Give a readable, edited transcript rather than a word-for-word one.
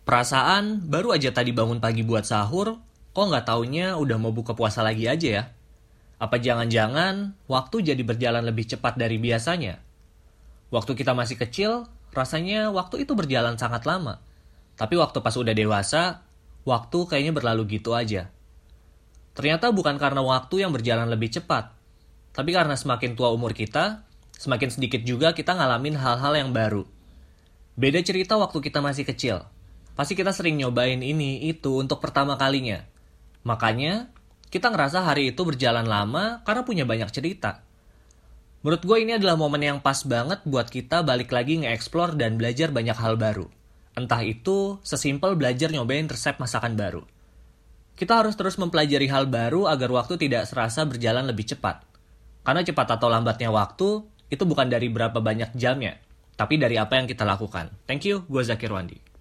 Perasaan baru aja tadi bangun pagi buat sahur, kok nggak taunya udah mau buka puasa lagi aja ya? Apa jangan-jangan waktu jadi berjalan lebih cepat dari biasanya? Waktu kita masih kecil, rasanya waktu itu berjalan sangat lama. Tapi waktu pas udah dewasa, waktu kayaknya berlalu gitu aja. Ternyata bukan karena waktu yang berjalan lebih cepat, tapi karena semakin tua umur kita, semakin sedikit juga kita ngalamin hal-hal yang baru. Beda cerita waktu kita masih kecil. Pasti kita sering nyobain ini, itu untuk pertama kalinya. Makanya, kita ngerasa hari itu berjalan lama karena punya banyak cerita. Menurut gue ini adalah momen yang pas banget buat kita balik lagi nge-explore dan belajar banyak hal baru. Entah itu sesimpel belajar nyobain resep masakan baru. Kita harus terus mempelajari hal baru agar waktu tidak serasa berjalan lebih cepat. Karena cepat atau lambatnya waktu, itu bukan dari berapa banyak jamnya, tapi dari apa yang kita lakukan. Thank you, gue Zakir Wandi.